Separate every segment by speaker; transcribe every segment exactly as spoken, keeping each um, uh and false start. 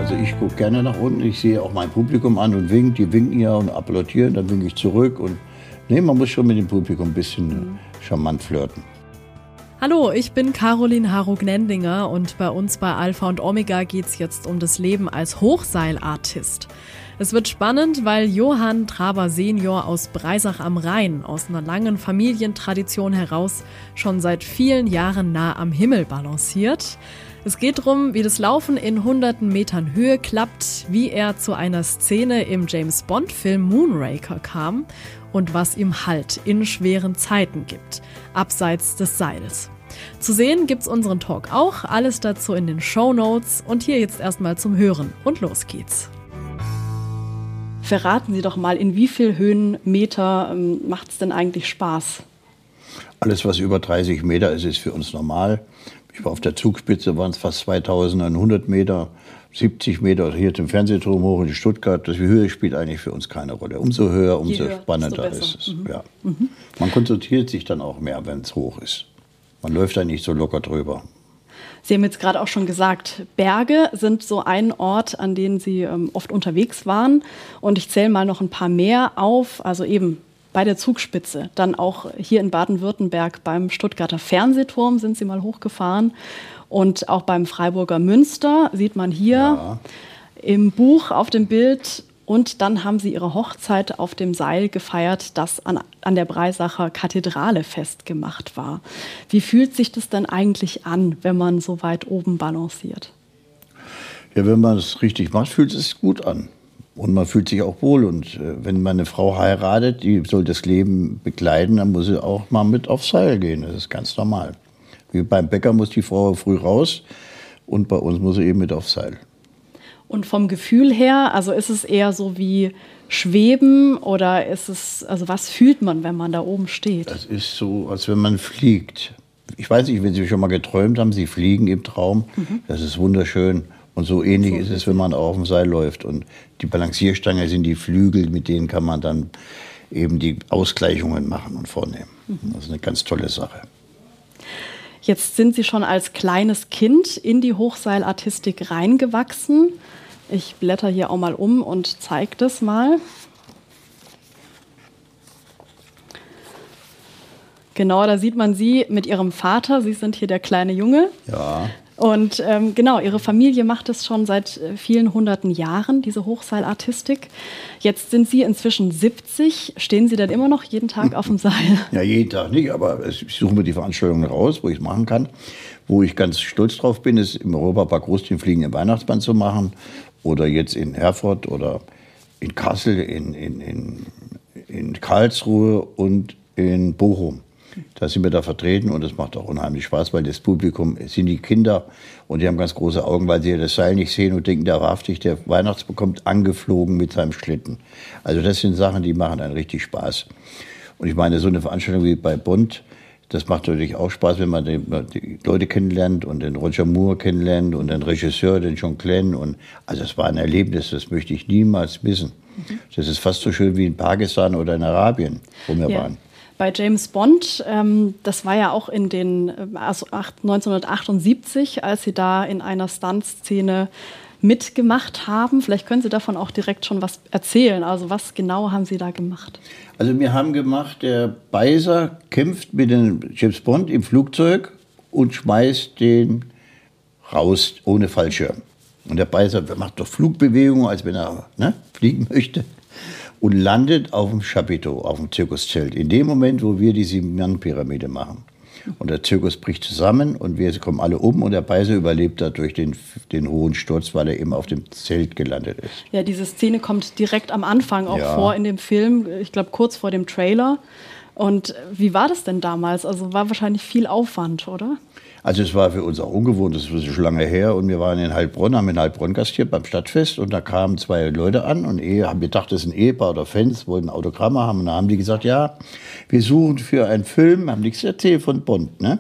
Speaker 1: Also ich gucke gerne nach unten, ich sehe auch mein Publikum an und winke, die winken ja und applaudieren, dann winke ich zurück. Und nee, man muss schon mit dem Publikum ein bisschen mhm. charmant flirten.
Speaker 2: Hallo, ich bin Caroline Harug-Nendinger und bei uns bei Alpha und Omega geht es jetzt um das Leben als Hochseilartist. Es wird spannend, weil Johann Traber Senior aus Breisach am Rhein aus einer langen Familientradition heraus schon seit vielen Jahren nah am Himmel balanciert. Es geht darum, wie das Laufen in hunderten Metern Höhe klappt, wie er zu einer Szene im James-Bond-Film Moonraker kam und was ihm Halt in schweren Zeiten gibt, abseits des Seils. Zu sehen gibt's unseren Talk auch, alles dazu in den Shownotes und hier jetzt erstmal zum Hören und los geht's. Verraten Sie doch mal, in wie viel Höhenmeter ähm, macht es denn eigentlich Spaß?
Speaker 1: Alles, was über dreißig Meter ist, ist für uns normal. Ich war auf der Zugspitze, waren es fast zweitausendeinhundert Meter, siebzig Meter hier zum Fernsehturm hoch in Stuttgart. Die Höhe spielt eigentlich für uns keine Rolle. Umso höher, umso höher, spannender ist es. Mhm. Ja. Mhm. Man konzentriert sich dann auch mehr, wenn es hoch ist. Man läuft da nicht so locker drüber.
Speaker 2: Sie haben jetzt gerade auch schon gesagt, Berge sind so ein Ort, an dem Sie ähm, oft unterwegs waren. Und ich zähle mal noch ein paar mehr auf. Also eben bei der Zugspitze, dann auch hier in Baden-Württemberg beim Stuttgarter Fernsehturm sind Sie mal hochgefahren. Und auch beim Freiburger Münster sieht man hier ja. im Buch auf dem Bild. Und dann haben Sie Ihre Hochzeit auf dem Seil gefeiert, das an, an der Breisacher Kathedrale festgemacht war. Wie fühlt sich das denn eigentlich an, wenn man so weit oben balanciert?
Speaker 1: Ja, wenn man es richtig macht, fühlt es sich gut an. Und man fühlt sich auch wohl. Und äh, wenn man eine Frau heiratet, die soll das Leben begleiten, dann muss sie auch mal mit aufs Seil gehen. Das ist ganz normal. Wie beim Bäcker muss die Frau früh raus und bei uns muss sie eben mit aufs Seil.
Speaker 2: Und vom Gefühl her, also ist es eher so wie Schweben oder ist es, also was fühlt man, wenn man da oben steht?
Speaker 1: Das ist so, als wenn man fliegt. Ich weiß nicht, wenn Sie schon mal geträumt haben, Sie fliegen im Traum, mhm. das ist wunderschön. Und so ähnlich so ist es, wenn man auf dem Seil läuft. Und die Balancierstange sind die Flügel, mit denen kann man dann eben die Ausgleichungen machen und vornehmen. Mhm. Das ist eine ganz tolle Sache.
Speaker 2: Jetzt sind Sie schon als kleines Kind in die Hochseilartistik reingewachsen. Ich blätter hier auch mal um und zeige das mal. Genau, da sieht man Sie mit Ihrem Vater. Sie sind hier der kleine Junge.
Speaker 1: Ja.
Speaker 2: Und ähm, genau, Ihre Familie macht es schon seit äh, vielen hunderten Jahren, diese Hochseilartistik. Jetzt sind Sie inzwischen siebzig. Stehen Sie denn immer noch jeden Tag auf dem Seil?
Speaker 1: Ja, jeden Tag nicht, aber ich suche mir die Veranstaltungen raus, wo ich es machen kann. Wo ich ganz stolz drauf bin, ist im Europapark Rust den fliegenden Weihnachtsmann zu machen. Oder jetzt in Herford oder in Kassel, in, in, in, in Karlsruhe und in Bochum. Da sind wir da vertreten und das macht auch unheimlich Spaß, weil das Publikum sind die Kinder und die haben ganz große Augen, weil sie das Seil nicht sehen und denken, da wahrhaftig, der Weihnachtsmann kommt angeflogen mit seinem Schlitten. Also das sind Sachen, die machen einen richtig Spaß. Und ich meine, so eine Veranstaltung wie bei Bond, das macht natürlich auch Spaß, wenn man die, die Leute kennenlernt und den Roger Moore kennenlernt und den Regisseur, den John Glenn. Und, also es war ein Erlebnis, das möchte ich niemals missen. Mhm. Das ist fast so schön wie in Pakistan oder in Arabien, wo wir ja. waren.
Speaker 2: Bei James Bond, ähm, das war ja auch in den also neunzehnhundertachtundsiebzig, als Sie da in einer Stuntszene mitgemacht haben. Vielleicht können Sie davon auch direkt schon was erzählen. Also was genau haben Sie da gemacht?
Speaker 1: Also wir haben gemacht, der Beiser kämpft mit dem James Bond im Flugzeug und schmeißt den raus ohne Fallschirm. Und der Beiser macht doch Flugbewegungen, als wenn er ne, fliegen möchte. Und landet auf dem Chapiteau, auf dem Zirkuszelt. In dem Moment, wo wir die Sieben-Mann-Pyramide machen. Und der Zirkus bricht zusammen und wir kommen alle um und der Beiser überlebt dadurch den, den hohen Sturz, weil er eben auf dem Zelt gelandet ist.
Speaker 2: Ja, diese Szene kommt direkt am Anfang auch ja. vor in dem Film, ich glaube kurz vor dem Trailer. Und wie war das denn damals? Also war wahrscheinlich viel Aufwand, oder?
Speaker 1: Also es war für uns auch ungewohnt, das ist schon lange her. Und wir waren in Heilbronn, haben in Heilbronn gastiert beim Stadtfest. Und da kamen zwei Leute an und haben gedacht, das ist ein Ehepaar oder Fans, wollten Autogramme haben. Und da haben die gesagt, ja, wir suchen für einen Film, haben nichts erzählt von Bond, ne?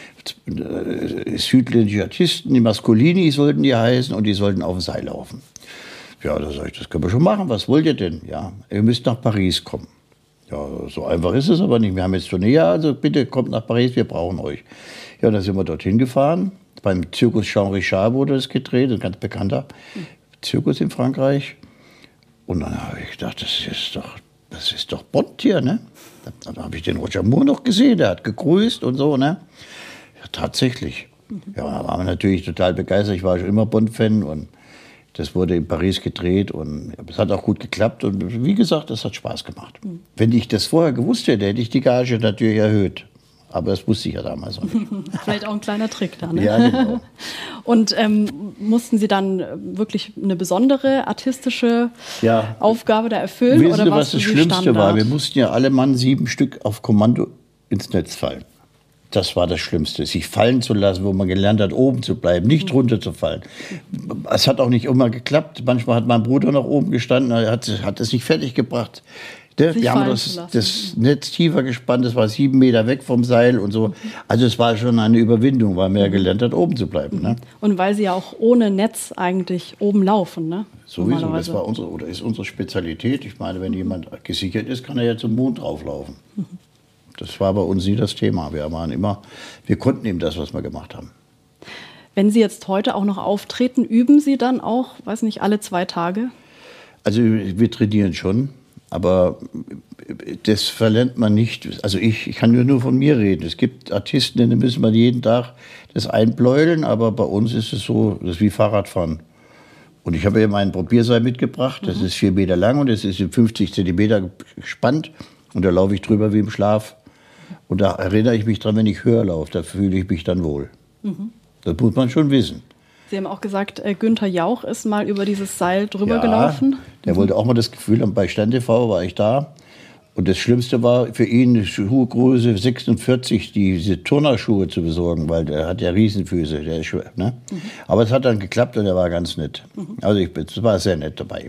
Speaker 1: Südländische Artisten, die Mascolini sollten die heißen und die sollten auf dem Seil laufen. Ja, da sag ich, das können wir schon machen, was wollt ihr denn? Ja, ihr müsst nach Paris kommen. Ja, so einfach ist es aber nicht. Wir haben jetzt Tournee, also bitte kommt nach Paris, wir brauchen euch. Ja, dann sind wir dorthin gefahren. Beim Zirkus Jean Richard wurde das gedreht, ein ganz bekannter. Zirkus in Frankreich. Und dann habe ich gedacht, das ist doch, das ist doch Bond hier, ne? Dann habe ich den Roger Moore noch gesehen, der hat gegrüßt und so, ne? Ja, tatsächlich. Ja, da waren wir natürlich total begeistert. Ich war schon immer Bond-Fan und das wurde in Paris gedreht und es hat auch gut geklappt. Und wie gesagt, das hat Spaß gemacht. Mhm. Wenn ich das vorher gewusst hätte, hätte ich die Gage natürlich erhöht. Aber das wusste ich ja damals noch nicht.
Speaker 2: Vielleicht auch ein kleiner Trick da, ne?
Speaker 1: Ja, genau.
Speaker 2: Und ähm, mussten Sie dann wirklich eine besondere artistische ja. Aufgabe da erfüllen?
Speaker 1: Wissen
Speaker 2: oder
Speaker 1: Sie, was das Schlimmste
Speaker 2: Standard?
Speaker 1: war? Wir mussten ja alle Mann sieben Stück auf Kommando ins Netz fallen. Das war das Schlimmste, sich fallen zu lassen, wo man gelernt hat, oben zu bleiben, nicht mhm. runterzufallen. Es hat auch nicht immer geklappt. Manchmal hat mein Bruder noch oben gestanden, er hat, hat es nicht fertig gebracht. Wir haben das, das Netz tiefer gespannt, das war sieben Meter weg vom Seil und so. Also es war schon eine Überwindung, weil man ja gelernt hat, oben zu bleiben. Ne?
Speaker 2: Und weil Sie ja auch ohne Netz eigentlich oben laufen, ne?
Speaker 1: Sowieso, das war unsere, oder ist unsere Spezialität. Ich meine, wenn jemand gesichert ist, kann er ja zum Mond drauflaufen. Mhm. Das war bei uns nie das Thema. Wir waren immer, wir konnten eben das, was wir gemacht haben.
Speaker 2: Wenn Sie jetzt heute auch noch auftreten, üben Sie dann auch, weiß nicht, alle zwei Tage?
Speaker 1: Also wir trainieren schon. Aber das verlernt man nicht. Also ich, ich kann nur, nur von mir reden. Es gibt Artisten, denen müssen wir jeden Tag das einbläulen, aber bei uns ist es so, das ist wie Fahrradfahren. Und ich habe ja meinen Probierseil mitgebracht, das mhm. ist vier Meter lang und es ist in fünfzig Zentimeter gespannt und da laufe ich drüber wie im Schlaf. Und da erinnere ich mich dran, wenn ich höher laufe, da fühle ich mich dann wohl. Mhm. Das muss man schon wissen.
Speaker 2: Sie haben auch gesagt, äh, Günther Jauch ist mal über dieses Seil drüber
Speaker 1: ja,
Speaker 2: gelaufen.
Speaker 1: Der mhm. wollte auch mal das Gefühl haben, bei Stern T V war ich da. Und das Schlimmste war für ihn, eine Schuhgröße sechsundvierzig, diese Turnerschuhe zu besorgen, weil der hat ja Riesenfüße. Der ist schwer, ne? Mhm. Aber es hat dann geklappt und er war ganz nett. Mhm. Also ich, es war sehr nett dabei.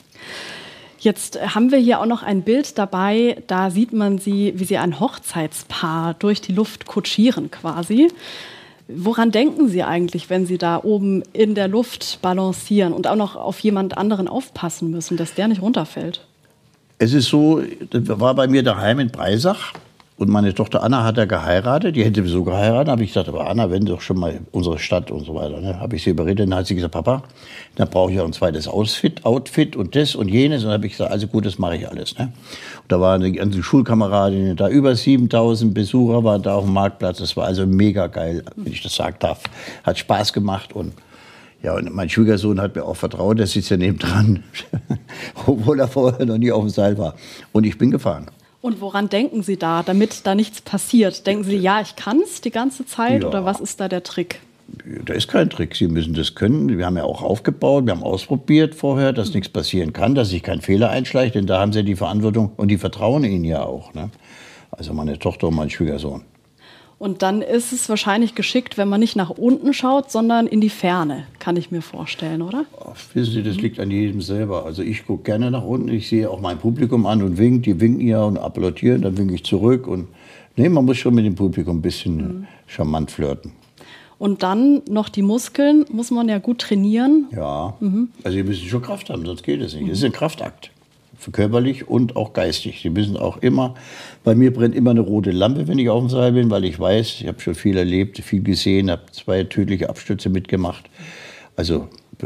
Speaker 2: Jetzt haben wir hier auch noch ein Bild dabei, da sieht man Sie, wie Sie ein Hochzeitspaar durch die Luft kutschieren quasi. Woran denken Sie eigentlich, wenn Sie da oben in der Luft balancieren und auch noch auf jemand anderen aufpassen müssen, dass der nicht runterfällt?
Speaker 1: Es ist so, das war bei mir daheim in Breisach und meine Tochter Anna hat ja geheiratet, die hätte so geheiratet, habe ich gesagt, aber Anna, wenn doch schon mal unsere Stadt und so weiter, ne, habe ich sie überredet, dann hat sie gesagt, Papa, dann brauche ich auch ein zweites Outfit, Outfit und das und jenes und dann habe ich gesagt, also gut, das mache ich alles. Ne? Und da waren die ganzen Schulkameradinnen, da über siebentausend Besucher waren da auf dem Marktplatz, das war also mega geil, wenn ich das sagen darf, hat Spaß gemacht und ja, und mein Schwiegersohn hat mir auch vertraut, der sitzt ja nebendran, obwohl er vorher noch nie auf dem Seil war. Und ich bin gefahren.
Speaker 2: Und woran denken Sie da, damit da nichts passiert? Denken Sie, ja, ich kann es die ganze Zeit ja. Oder was ist da der Trick?
Speaker 1: Da ist kein Trick, Sie müssen das können. Wir haben ja auch aufgebaut, wir haben ausprobiert vorher, dass mhm. nichts passieren kann, dass sich kein Fehler einschleicht, denn da haben Sie die Verantwortung und die vertrauen Ihnen ja auch. Ne? Also meine Tochter und mein Schwiegersohn.
Speaker 2: Und dann ist es wahrscheinlich geschickt, wenn man nicht nach unten schaut, sondern in die Ferne, kann ich mir vorstellen, oder?
Speaker 1: Ach, wissen Sie, das liegt an jedem selber. Also ich gucke gerne nach unten, ich sehe auch mein Publikum an und winke, die winken ja und applaudieren, dann winke ich zurück. Und nee, man muss schon mit dem Publikum ein bisschen mhm. charmant flirten.
Speaker 2: Und dann noch die Muskeln, muss man ja gut trainieren.
Speaker 1: Ja, mhm. also Sie müssen schon Kraft haben, sonst geht es nicht. Es mhm. ist ein Kraftakt. Körperlich und auch geistig. Sie müssen auch immer, bei mir brennt immer eine rote Lampe, wenn ich auf dem Seil bin, weil ich weiß, ich habe schon viel erlebt, viel gesehen, habe zwei tödliche Abstürze mitgemacht, also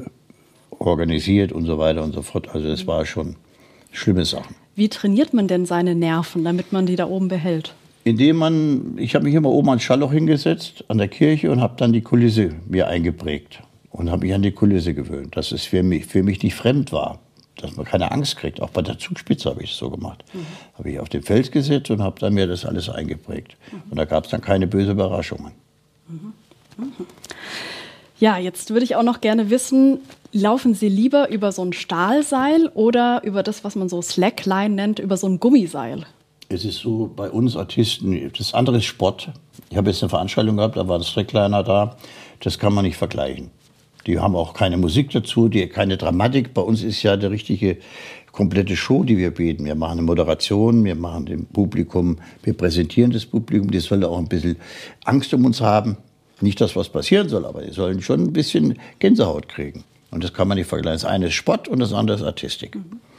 Speaker 1: organisiert und so weiter und so fort. Also das war schon schlimme Sachen.
Speaker 2: Wie trainiert man denn seine Nerven, damit man die da oben behält?
Speaker 1: Indem man, ich habe mich immer oben ans Schallloch hingesetzt, an der Kirche und habe dann die Kulisse mir eingeprägt und habe mich an die Kulisse gewöhnt, dass es für mich, für mich nicht fremd war. Dass man keine Angst kriegt. Auch bei der Zugspitze habe ich es so gemacht. Mhm. Habe ich auf den Fels gesetzt und habe dann mir das alles eingeprägt. Mhm. Und da gab es dann keine bösen Überraschungen.
Speaker 2: Mhm. Mhm. Ja, jetzt würde ich auch noch gerne wissen, laufen Sie lieber über so ein Stahlseil oder über das, was man so Slackline nennt, über so ein Gummiseil?
Speaker 1: Es ist so, bei uns Artisten, das andere ist Sport. Ich habe jetzt eine Veranstaltung gehabt, da war das Slackliner da. Das kann man nicht vergleichen. Die haben auch keine Musik dazu, die, keine Dramatik. Bei uns ist ja die richtige, komplette Show, die wir bieten. Wir machen eine Moderation, wir machen dem Publikum, wir präsentieren das Publikum. Die sollen auch ein bisschen Angst um uns haben. Nicht, dass was passieren soll, aber die sollen schon ein bisschen Gänsehaut kriegen. Und das kann man nicht vergleichen. Das eine ist Sport und das andere ist Artistik.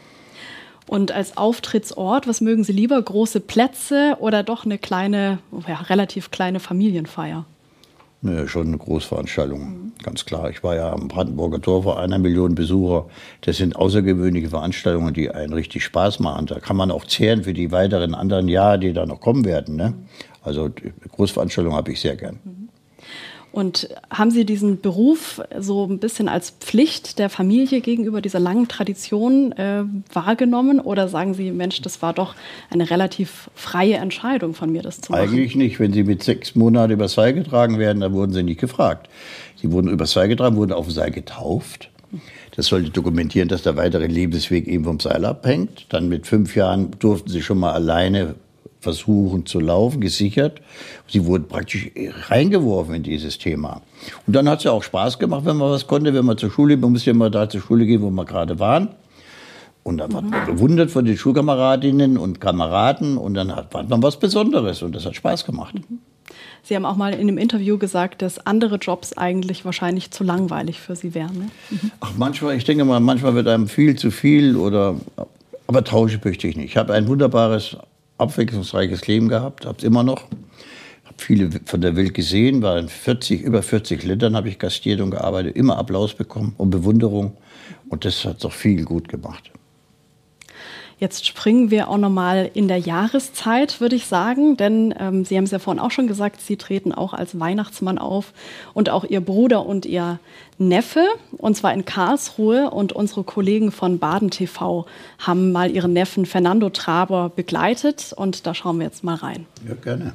Speaker 2: Und als Auftrittsort, was mögen Sie lieber? Große Plätze oder doch eine kleine, ja, relativ kleine Familienfeier?
Speaker 1: Ne, schon eine Großveranstaltung, mhm. ganz klar. Ich war ja am Brandenburger Tor vor einer Million Besucher. Das sind außergewöhnliche Veranstaltungen, die einen richtig Spaß machen. Da kann man auch zehren für die weiteren anderen Jahre, die da noch kommen werden. Ne? Also Großveranstaltungen habe ich sehr gern.
Speaker 2: Und haben Sie diesen Beruf so ein bisschen als Pflicht der Familie gegenüber dieser langen Tradition äh, wahrgenommen? Oder sagen Sie, Mensch, das war doch eine relativ freie Entscheidung von mir, das zu machen?
Speaker 1: Eigentlich nicht. Wenn Sie mit sechs Monaten übers Seil getragen werden, dann wurden Sie nicht gefragt. Sie wurden übers Seil getragen, wurden auf dem Seil getauft. Das sollte dokumentieren, dass der weitere Lebensweg eben vom Seil abhängt. Dann mit fünf Jahren durften Sie schon mal alleine versuchen zu laufen, gesichert. Sie wurden praktisch reingeworfen in dieses Thema. Und dann hat es ja auch Spaß gemacht, wenn man was konnte, wenn man zur Schule, man musste ja immer da zur Schule gehen, wo wir gerade waren. Und dann mhm. war man bewundert von den Schulkameradinnen und Kameraden und dann hat, hat man was Besonderes und das hat Spaß gemacht.
Speaker 2: Mhm. Sie haben auch mal in einem Interview gesagt, dass andere Jobs eigentlich wahrscheinlich zu langweilig für Sie wären. Ne? Mhm.
Speaker 1: Ach, manchmal, ich denke mal, manchmal wird einem viel zu viel oder, aber tauschen möchte ich nicht. Ich habe ein wunderbares abwechslungsreiches Leben gehabt, habe es immer noch. Habe viele von der Welt gesehen, war in vierzig, über vierzig Ländern habe ich gastiert und gearbeitet, immer Applaus bekommen und Bewunderung. Und das hat doch viel gut gemacht.
Speaker 2: Jetzt springen wir auch nochmal in der Jahreszeit, würde ich sagen, denn ähm, Sie haben es ja vorhin auch schon gesagt, Sie treten auch als Weihnachtsmann auf und auch Ihr Bruder und Ihr Neffe, und zwar in Karlsruhe, und unsere Kollegen von Baden T V haben mal ihren Neffen Fernando Traber begleitet und da schauen wir jetzt mal rein.
Speaker 1: Ja, gerne.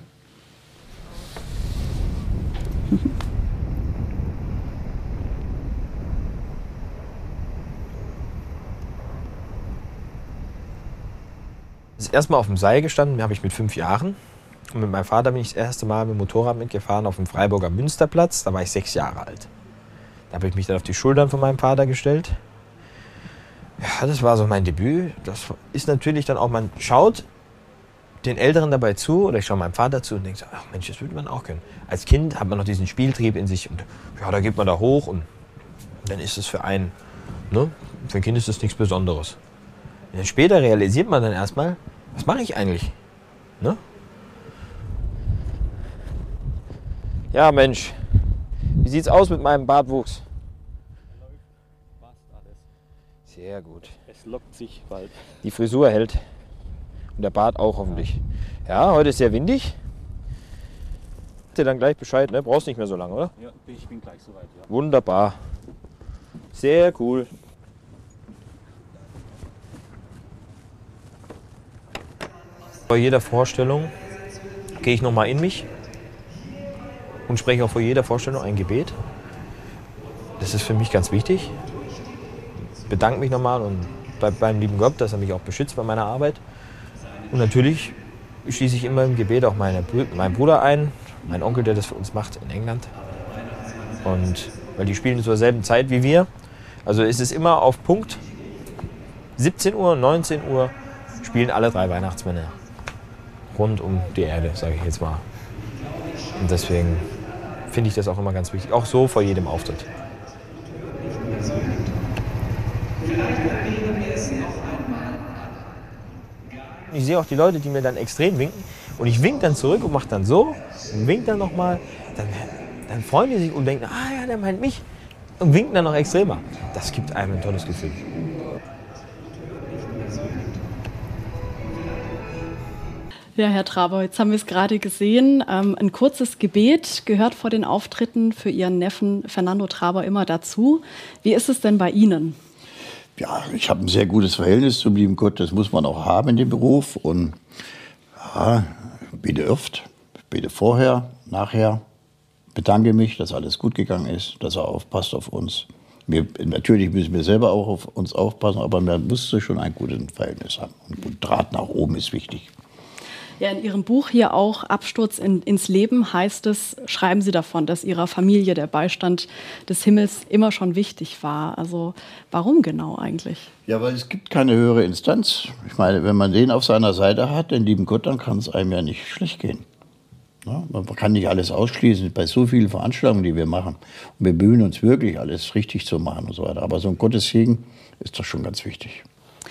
Speaker 3: Das erste Mal auf dem Seil gestanden habe ich mit fünf Jahren. Und mit meinem Vater bin ich das erste Mal mit dem Motorrad mitgefahren auf dem Freiburger Münsterplatz. Da war ich sechs Jahre alt. Da habe ich mich dann auf die Schultern von meinem Vater gestellt. Ja, das war so mein Debüt. Das ist natürlich dann auch, man schaut den Älteren dabei zu, oder ich schaue meinem Vater zu und denke, ach Mensch, das würde man auch können. Als Kind hat man noch diesen Spieltrieb in sich und ja, da geht man da hoch und dann ist es für einen, ne, für ein Kind ist das nichts Besonderes. Und später realisiert man dann erstmal, was mache ich eigentlich? Ne? Ja, Mensch, wie sieht's aus mit meinem Bartwuchs?
Speaker 4: Passt alles.
Speaker 3: Sehr gut.
Speaker 4: Es lockt sich bald.
Speaker 3: Die Frisur hält. Und der Bart auch hoffentlich. Ja, heute ist sehr windig. Dir dann gleich Bescheid, ne? Brauchst nicht mehr so lange, oder?
Speaker 4: Ja, ich bin gleich soweit, ja.
Speaker 3: Wunderbar. Sehr cool. Bei jeder Vorstellung gehe ich nochmal in mich und spreche auch vor jeder Vorstellung ein Gebet. Das ist für mich ganz wichtig. Ich bedanke mich nochmal und bei, beim lieben Gott, dass er mich auch beschützt bei meiner Arbeit. Und natürlich schließe ich immer im Gebet auch meine, meinen Bruder ein, meinen Onkel, der das für uns macht in England. Und weil die spielen zur selben Zeit wie wir. Also ist es immer auf Punkt siebzehn Uhr, neunzehn Uhr spielen alle drei Weihnachtsmänner rund um die Erde, sage ich jetzt mal. Und deswegen finde ich das auch immer ganz wichtig, auch so vor jedem Auftritt. Ich sehe auch die Leute, die mir dann extrem winken und ich winke dann zurück und mache dann so und winke dann nochmal. Dann, dann freuen die sich und denken, ah ja, der meint mich und winken dann noch extremer. Das gibt einem ein tolles Gefühl.
Speaker 2: Ja, Herr Traber, jetzt haben wir es gerade gesehen. Ähm, ein kurzes Gebet gehört vor den Auftritten für Ihren Neffen Fernando Traber immer dazu. Wie ist es denn bei Ihnen?
Speaker 1: Ja, ich habe ein sehr gutes Verhältnis zum lieben Gott. Das muss man auch haben in dem Beruf. Und ja, ich bete oft, ich bete vorher, nachher. Bedanke mich, dass alles gut gegangen ist, dass er aufpasst auf uns. Wir, natürlich müssen wir selber auch auf uns aufpassen, aber man muss schon ein gutes Verhältnis haben. Und Draht nach oben ist wichtig.
Speaker 2: Ja, in Ihrem Buch hier auch Absturz in, ins Leben heißt es, schreiben Sie davon, dass Ihrer Familie der Beistand des Himmels immer schon wichtig war. Also warum genau eigentlich?
Speaker 1: Ja, weil es gibt keine höhere Instanz. Ich meine, wenn man den auf seiner Seite hat, den lieben Gott, dann kann es einem ja nicht schlecht gehen. Ja, man kann nicht alles ausschließen bei so vielen Veranstaltungen, die wir machen. Und wir bemühen uns wirklich, alles richtig zu machen und so weiter. Aber so ein Gottessegen ist doch schon ganz wichtig.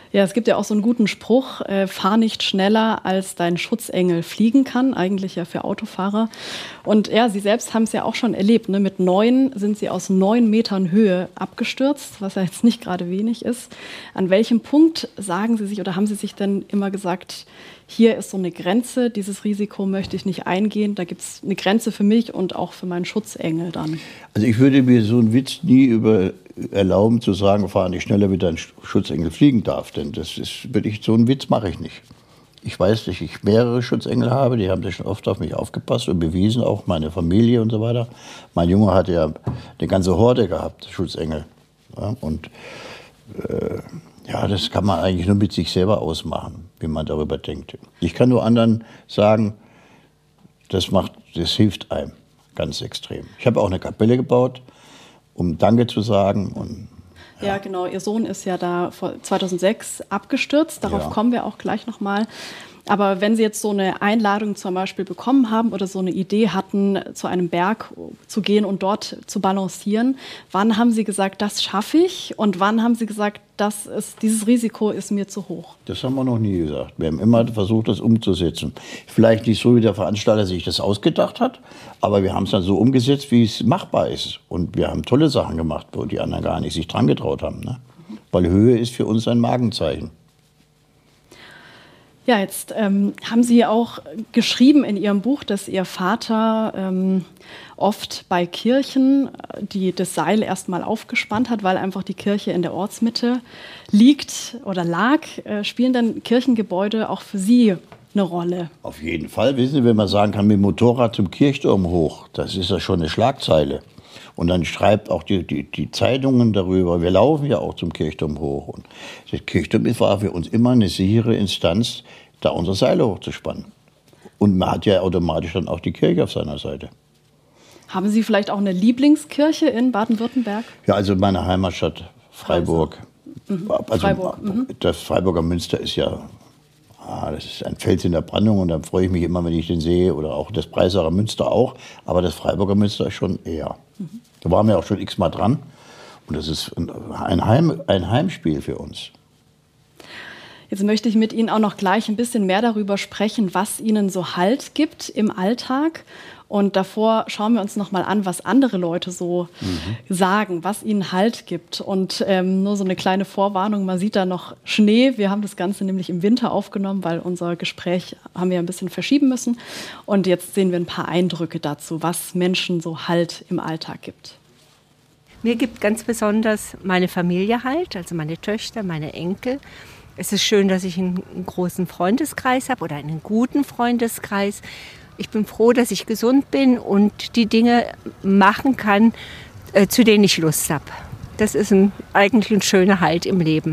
Speaker 2: Ja, es gibt ja auch so einen guten Spruch, äh, fahr nicht schneller, als dein Schutzengel fliegen kann, eigentlich ja für Autofahrer. Und ja, Sie selbst haben es ja auch schon erlebt, ne? Mit neun sind Sie aus neun Metern Höhe abgestürzt, was ja jetzt nicht gerade wenig ist. An welchem Punkt sagen Sie sich oder haben Sie sich denn immer gesagt, hier ist so eine Grenze, dieses Risiko möchte ich nicht eingehen, da gibt es eine Grenze für mich und auch für meinen Schutzengel dann?
Speaker 1: Also ich würde mir so einen Witz nie über erlauben zu sagen, fahr nicht schneller, wie dein Schutzengel fliegen darf. Denn das ist wirklich, so einen Witz mache ich nicht. Ich weiß, dass ich mehrere Schutzengel habe, die haben schon oft auf mich aufgepasst und bewiesen, auch meine Familie und so weiter. Mein Junge hatte ja eine ganze Horde gehabt, Schutzengel. Ja, und äh, ja, das kann man eigentlich nur mit sich selber ausmachen, wie man darüber denkt. Ich kann nur anderen sagen, das macht, das hilft einem ganz extrem. Ich habe auch eine Kapelle gebaut, um Danke zu sagen. Und,
Speaker 2: ja. ja, genau. Ihr Sohn ist ja da vor zweitausendsechs abgestürzt. Darauf ja. kommen wir auch gleich noch mal. Aber wenn Sie jetzt so eine Einladung zum Beispiel bekommen haben oder so eine Idee hatten, zu einem Berg zu gehen und dort zu balancieren, wann haben Sie gesagt, das schaffe ich? Und wann haben Sie gesagt, das ist, dieses Risiko ist mir zu hoch?
Speaker 1: Das haben wir noch nie gesagt. Wir haben immer versucht, das umzusetzen. Vielleicht nicht so, wie der Veranstalter sich das ausgedacht hat, aber wir haben es dann so umgesetzt, wie es machbar ist. Und wir haben tolle Sachen gemacht, wo die anderen gar nicht sich dran getraut haben. Ne? Weil Höhe ist für uns ein Markenzeichen.
Speaker 2: Ja, jetzt ähm, haben Sie auch geschrieben in Ihrem Buch, dass Ihr Vater ähm, oft bei Kirchen die, das Seil erstmal aufgespannt hat, weil einfach die Kirche in der Ortsmitte liegt oder lag. Äh, spielen dann Kirchengebäude auch für Sie eine Rolle?
Speaker 1: Auf jeden Fall. Wissen Sie, wenn man sagen kann, mit dem Motorrad zum Kirchturm hoch, das ist ja schon eine Schlagzeile. Und dann schreibt auch die, die, die Zeitungen darüber. Wir laufen ja auch zum Kirchturm hoch. Und der Kirchturm war für uns immer eine sichere Instanz, da unsere Seile hochzuspannen. Und man hat ja automatisch dann auch die Kirche auf seiner Seite.
Speaker 2: Haben Sie vielleicht auch eine Lieblingskirche in Baden-Württemberg?
Speaker 1: Ja, also meine Heimatstadt Freiburg.
Speaker 2: Mhm.
Speaker 1: Also
Speaker 2: Freiburg. Mhm.
Speaker 1: Das Freiburger Münster ist ja, ah, das ist ein Fels in der Brandung. Und dann freue ich mich immer, wenn ich den sehe. Oder auch das Breisacher Münster auch. Aber das Freiburger Münster ist schon eher. Mhm. Da waren wir auch schon x-mal dran. Und das ist ein, Heim, ein Heimspiel für uns.
Speaker 2: Jetzt möchte ich mit Ihnen auch noch gleich ein bisschen mehr darüber sprechen, was Ihnen so Halt gibt im Alltag. Und davor schauen wir uns noch mal an, was andere Leute so mhm. sagen, was ihnen Halt gibt. Und ähm, nur so eine kleine Vorwarnung, man sieht da noch Schnee. Wir haben das Ganze nämlich im Winter aufgenommen, weil unser Gespräch haben wir ein bisschen verschieben müssen. Und jetzt sehen wir ein paar Eindrücke dazu, was Menschen so Halt im Alltag gibt.
Speaker 5: Mir gibt ganz besonders meine Familie Halt, also meine Töchter, meine Enkel. Es ist schön, dass ich einen, einen großen Freundeskreis habe oder einen guten Freundeskreis. Ich bin froh, dass ich gesund bin und die Dinge machen kann, äh, zu denen ich Lust habe. Das ist ein, eigentlich ein schöner Halt im Leben.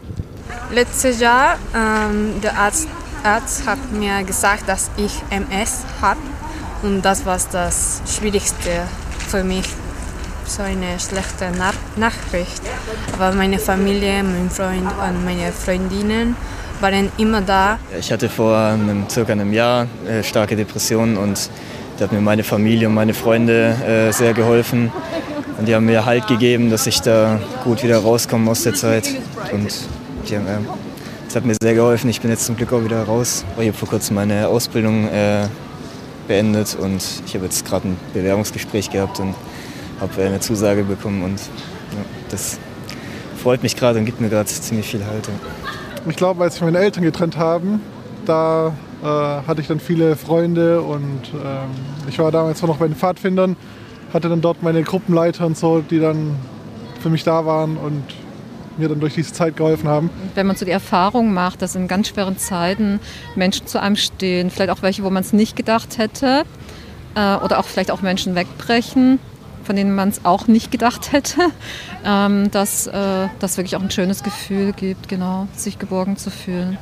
Speaker 6: Letztes Jahr, ähm, der Arzt, Arzt hat mir gesagt, dass ich M S habe. Und das war das Schwierigste für mich. So eine schlechte Na- Nachricht. Aber meine Familie, mein Freund und meine Freundinnen waren immer da.
Speaker 7: Ich hatte vor einem, circa einem Jahr äh, starke Depressionen und da hat mir meine Familie und meine Freunde äh, sehr geholfen. Und die haben mir Halt gegeben, dass ich da gut wieder rauskomme aus der Zeit. Und die haben, äh, das hat mir sehr geholfen. Ich bin jetzt zum Glück auch wieder raus. Ich habe vor kurzem meine Ausbildung äh, beendet und ich habe jetzt gerade ein Bewerbungsgespräch gehabt und habe eine Zusage bekommen. Und ja, das freut mich gerade und gibt mir gerade ziemlich viel Halt.
Speaker 8: Ich glaube, als sich meine Eltern getrennt haben, da äh, hatte ich dann viele Freunde und ähm, ich war damals zwar noch bei den Pfadfindern, hatte dann dort meine Gruppenleiter und so, die dann für mich da waren und mir dann durch diese Zeit geholfen haben.
Speaker 9: Wenn man so die Erfahrung macht, dass in ganz schweren Zeiten Menschen zu einem stehen, vielleicht auch welche, wo man es nicht gedacht hätte äh, oder auch vielleicht auch Menschen wegbrechen, von denen man es auch nicht gedacht hätte, ähm, dass äh, das wirklich auch ein schönes Gefühl gibt, genau, sich geborgen zu fühlen.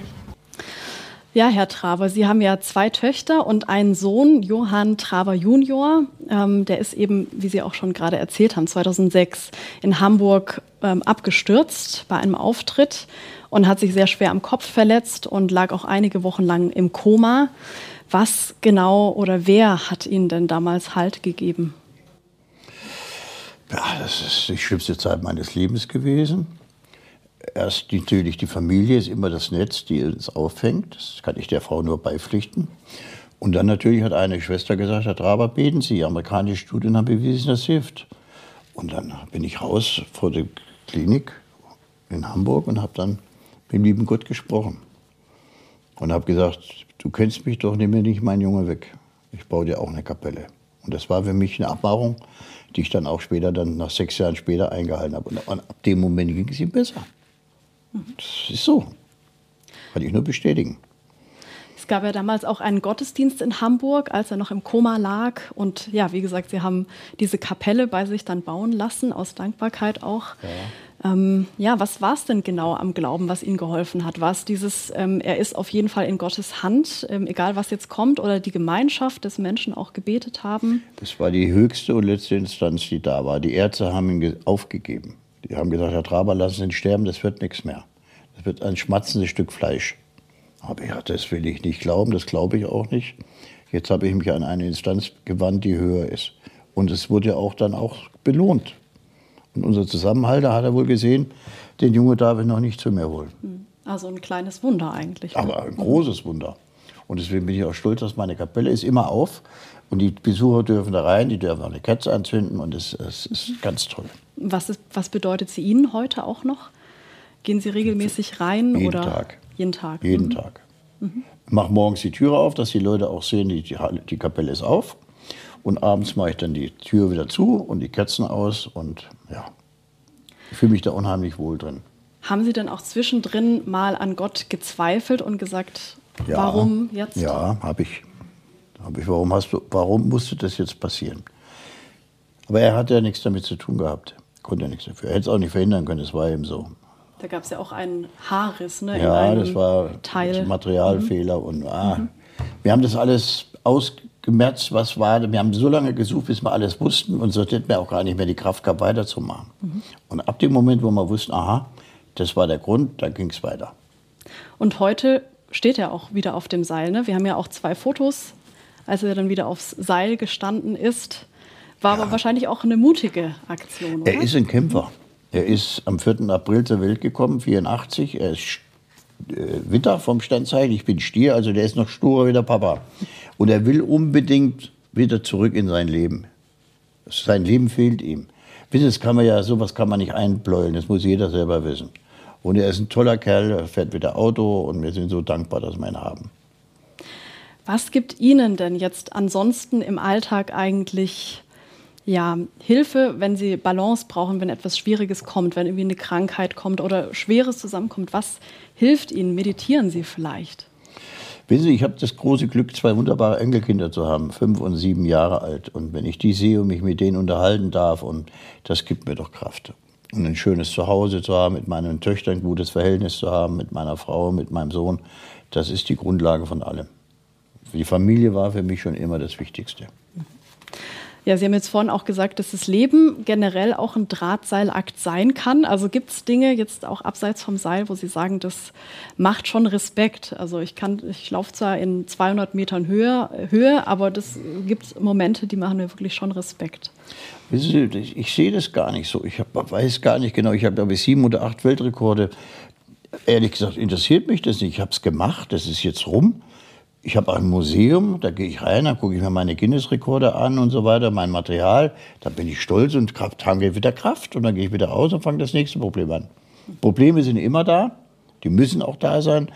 Speaker 2: Ja, Herr Traber, Sie haben ja zwei Töchter und einen Sohn, Johann Traber Junior. Ähm, der ist eben, wie Sie auch schon gerade erzählt haben, zweitausendsechs in Hamburg ähm, abgestürzt bei einem Auftritt und hat sich sehr schwer am Kopf verletzt und lag auch einige Wochen lang im Koma. Was genau oder wer hat Ihnen denn damals Halt gegeben?
Speaker 1: Ja, das ist die schlimmste Zeit meines Lebens gewesen. erst natürlich die Familie ist immer das Netz, die uns auffängt. Das kann ich der Frau nur beipflichten. Und dann natürlich hat eine Schwester gesagt, Herr Traber, beten Sie. Amerikanische Studien haben bewiesen, das hilft. Und dann bin ich raus vor der Klinik in Hamburg und habe dann mit dem lieben Gott gesprochen. Und habe gesagt, du kennst mich doch, nimm mir nicht meinen Junge weg. Ich baue dir auch eine Kapelle. Und das war für mich eine Abmachung, die ich dann auch später, dann nach sechs Jahren später eingehalten habe. Und ab dem Moment ging es ihm besser. Das ist so. Kann ich nur bestätigen.
Speaker 2: Es gab ja damals auch einen Gottesdienst in Hamburg, als er noch im Koma lag. Und ja, wie gesagt, Sie haben diese Kapelle bei sich dann bauen lassen, aus Dankbarkeit auch. Ja, ähm, ja was war es denn genau am Glauben, was Ihnen geholfen hat? War es dieses, ähm, er ist auf jeden Fall in Gottes Hand, ähm, egal was jetzt kommt, oder die Gemeinschaft, dass Menschen auch gebetet haben?
Speaker 1: Das war die höchste und letzte Instanz, die da war. Die Ärzte haben ihn aufgegeben. Die haben gesagt, Herr Traber, lassen Sie ihn sterben, das wird nichts mehr. Das wird ein schmatzendes Stück Fleisch. Aber ja, das will ich nicht glauben, das glaube ich auch nicht. Jetzt habe ich mich an eine Instanz gewandt, die höher ist. Und es wurde auch dann auch belohnt. Und unser Zusammenhalter hat er wohl gesehen, den Junge darf ich noch nicht zu mir holen.
Speaker 2: Also ein kleines Wunder eigentlich.
Speaker 1: Aber ein großes Wunder. Und deswegen bin ich auch stolz, dass meine Kapelle ist immer auf. Und die Besucher dürfen da rein, die dürfen auch eine Kerze anzünden. Und es, es ist ganz toll.
Speaker 2: Was, ist, was bedeutet sie Ihnen heute auch noch? Gehen Sie regelmäßig rein?
Speaker 1: Jeden
Speaker 2: oder?
Speaker 1: Tag.
Speaker 2: Jeden Tag?
Speaker 1: Jeden
Speaker 2: mhm.
Speaker 1: Tag. Mhm. Ich mache morgens die Türe auf, dass die Leute auch sehen, die, die, die Kapelle ist auf. Und abends mache ich dann die Tür wieder zu und die Kerzen aus. Und ja, ich fühle mich da unheimlich wohl drin.
Speaker 2: Haben Sie denn auch zwischendrin mal an Gott gezweifelt und gesagt,
Speaker 1: ja,
Speaker 2: warum jetzt?
Speaker 1: Ja, habe ich. Hab ich warum, hast du, warum musste das jetzt passieren? Aber er hat ja nichts damit zu tun gehabt. Konnte ja nichts dafür. Er hätte es auch nicht verhindern können, es war eben so.
Speaker 2: Da gab es ja auch einen Haarriss, ne?
Speaker 1: Ja, das war
Speaker 2: Teil.
Speaker 1: Materialfehler. Mhm. Und, ah,
Speaker 2: mhm.
Speaker 1: Wir haben das alles ausgemerzt, was war. Wir haben so lange gesucht, bis wir alles wussten. Und so hätten wir auch gar nicht mehr die Kraft gehabt, weiterzumachen. Mhm. Und ab dem Moment, wo wir wussten, aha, das war der Grund, dann ging es weiter.
Speaker 2: Und heute steht er auch wieder auf dem Seil. Ne? Wir haben ja auch zwei Fotos, als er dann wieder aufs Seil gestanden ist. War ja. aber wahrscheinlich auch eine mutige Aktion, oder?
Speaker 1: Er ist ein Kämpfer. Er ist am vierten April zur Welt gekommen, vierundachtzig. Er ist äh, Widder vom Sternzeichen. Ich bin Stier, also der ist noch sturer wie der Papa. Und er will unbedingt wieder zurück in sein Leben. Sein Leben fehlt ihm. Wissen Sie, kann man ja, sowas kann man nicht einbläuen, das muss jeder selber wissen. Und er ist ein toller Kerl, er fährt wieder Auto und wir sind so dankbar, dass wir ihn haben.
Speaker 2: Was gibt Ihnen denn jetzt ansonsten im Alltag eigentlich ja, Hilfe, wenn Sie Balance brauchen, wenn etwas Schwieriges kommt, wenn irgendwie eine Krankheit kommt oder Schweres zusammenkommt? Was hilft Ihnen? Meditieren Sie vielleicht?
Speaker 1: Wissen Sie, ich habe das große Glück, zwei wunderbare Enkelkinder zu haben, fünf und sieben Jahre alt. Und wenn ich die sehe und mich mit denen unterhalten darf, und das gibt mir doch Kraft. Und ein schönes Zuhause zu haben, mit meinen Töchtern ein gutes Verhältnis zu haben, mit meiner Frau, mit meinem Sohn, das ist die Grundlage von allem. Die Familie war für mich schon immer das Wichtigste.
Speaker 2: Ja, Sie haben jetzt vorhin auch gesagt, dass das Leben generell auch ein Drahtseilakt sein kann. Also gibt es Dinge jetzt auch abseits vom Seil, wo Sie sagen, das macht schon Respekt. Also ich kann, ich laufe zwar in zweihundert Metern Höhe, Höhe, aber das gibt Momente, die machen mir wirklich schon Respekt.
Speaker 1: Wissen Sie, ich, ich sehe das gar nicht so. Ich hab, weiß gar nicht genau. Ich habe glaube ich sieben oder acht Weltrekorde. Ehrlich gesagt interessiert mich das nicht. Ich habe es gemacht. Das ist jetzt rum. Ich habe ein Museum, da gehe ich rein, da gucke ich mir meine Guinness-Rekorde an und so weiter, mein Material. Da bin ich stolz und tanke wieder Kraft. Und dann gehe ich wieder raus und fange das nächste Problem an. Probleme sind immer da, die müssen auch da sein.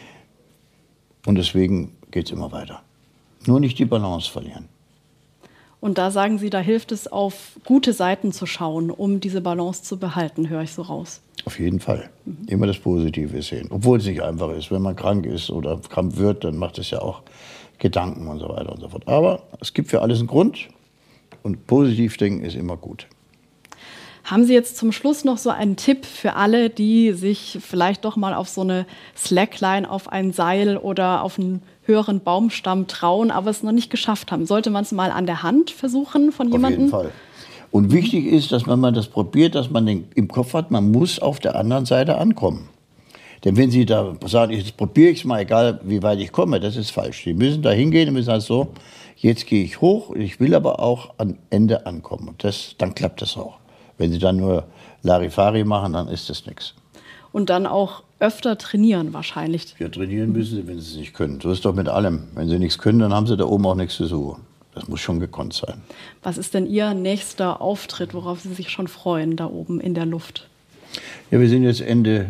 Speaker 1: Und deswegen geht es immer weiter. Nur nicht die Balance verlieren.
Speaker 2: Und da sagen Sie, da hilft es, auf gute Seiten zu schauen, um diese Balance zu behalten, höre ich so raus.
Speaker 1: Auf jeden Fall. Mhm. Immer das Positive sehen. Obwohl es nicht einfach ist. Wenn man krank ist oder krank wird, dann macht es ja auch Gedanken und so weiter und so fort. Aber es gibt für alles einen Grund. Und positiv denken ist immer gut.
Speaker 2: Haben Sie jetzt zum Schluss noch so einen Tipp für alle, die sich vielleicht doch mal auf so eine Slackline, auf ein Seil oder auf einen höheren Baumstamm trauen, aber es noch nicht geschafft haben? Sollte man es mal an der Hand versuchen von jemandem?
Speaker 1: Auf jeden Fall. Und wichtig ist, dass wenn man das probiert, dass man den im Kopf hat, man muss auf der anderen Seite ankommen. Denn wenn Sie da sagen, jetzt probiere ich es mal, egal wie weit ich komme, das ist falsch. Sie müssen da hingehen und müssen sagen, so, jetzt gehe ich hoch, ich will aber auch am Ende ankommen. Und das, dann klappt das auch. Wenn Sie dann nur Larifari machen, dann ist das nichts.
Speaker 2: und dann auch öfter trainieren wahrscheinlich.
Speaker 1: Ja, trainieren müssen sie, wenn sie es nicht können. So ist doch mit allem. Wenn sie nichts können, dann haben sie da oben auch nichts zu suchen. Das muss schon gekonnt sein.
Speaker 2: Was ist denn Ihr nächster Auftritt, worauf Sie sich schon freuen, da oben in der Luft?
Speaker 1: Ja, wir sind jetzt Ende,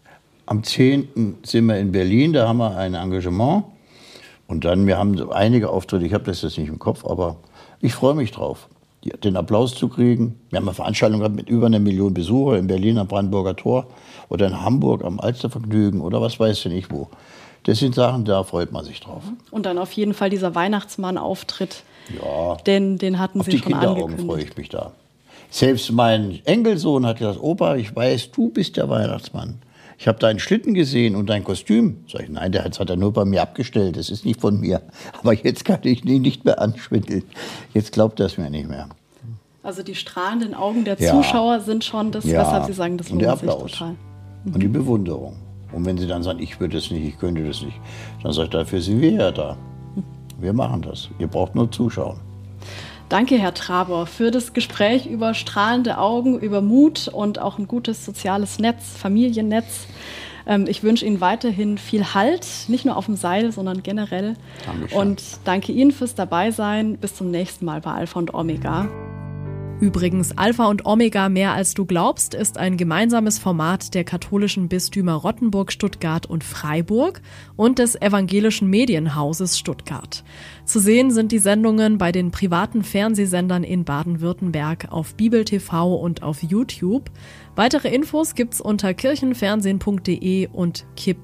Speaker 1: am zehnten sind wir in Berlin, da haben wir ein Engagement. Und dann, wir haben so einige Auftritte, ich habe das jetzt nicht im Kopf, aber ich freue mich drauf, den Applaus zu kriegen. Wir haben eine Veranstaltung gehabt mit über einer Million Besucher in Berlin am Brandenburger Tor oder in Hamburg am Alstervergnügen oder was weiß ich nicht wo. Das sind Sachen, da freut man sich drauf.
Speaker 2: Und dann auf jeden Fall dieser Weihnachtsmann-Auftritt,
Speaker 1: ja,
Speaker 2: den, den hatten
Speaker 1: auf
Speaker 2: Sie
Speaker 1: die
Speaker 2: schon
Speaker 1: Kinderaugen
Speaker 2: angekündigt.
Speaker 1: freue ich mich da. Selbst mein Enkelsohn hat gesagt, Opa, ich weiß, du bist der Weihnachtsmann. Ich habe deinen Schlitten gesehen und dein Kostüm. Sag ich, nein, der hat er nur bei mir abgestellt, das ist nicht von mir. Aber jetzt kann ich ihn nicht mehr anschwindeln. Jetzt glaubt er es mir nicht mehr.
Speaker 2: Also die strahlenden Augen der
Speaker 1: Ja.
Speaker 2: Zuschauer sind schon das,
Speaker 1: Ja.
Speaker 2: weshalb Sie sagen, das
Speaker 1: Und
Speaker 2: lohnt
Speaker 1: der
Speaker 2: sich
Speaker 1: Applaus.
Speaker 2: total.
Speaker 1: Und die Bewunderung. Und wenn sie dann sagen, ich würde das nicht, ich könnte das nicht, dann sage ich, dafür sind wir ja da. Wir machen das. Ihr braucht nur zuschauen.
Speaker 2: Danke, Herr Traber, für das Gespräch über strahlende Augen, über Mut und auch ein gutes soziales Netz, Familiennetz. Ähm, ich wünsche Ihnen weiterhin viel Halt, nicht nur auf dem Seil, sondern generell.
Speaker 1: Dankeschön.
Speaker 2: Und danke Ihnen fürs Dabeisein. Bis zum nächsten Mal bei Alpha und Omega. Übrigens, Alpha und Omega mehr als du glaubst ist ein gemeinsames Format der katholischen Bistümer Rottenburg, Stuttgart und Freiburg und des evangelischen Medienhauses Stuttgart. Zu sehen sind die Sendungen bei den privaten Fernsehsendern in Baden-Württemberg auf Bibel T V und auf YouTube. Weitere Infos gibt's unter kirchenfernsehen punkt de und kipp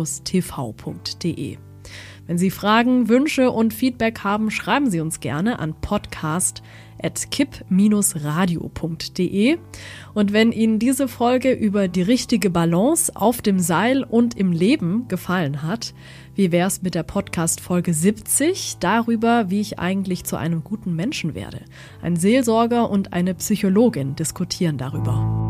Speaker 2: T V punkt de. Wenn Sie Fragen, Wünsche und Feedback haben, schreiben Sie uns gerne an podcast at kipp radio punkt de. Und wenn Ihnen diese Folge über die richtige Balance auf dem Seil und im Leben gefallen hat, wie wär's mit der Podcast-Folge siebzig, darüber, wie ich eigentlich zu einem guten Menschen werde? Ein Seelsorger und eine Psychologin diskutieren darüber.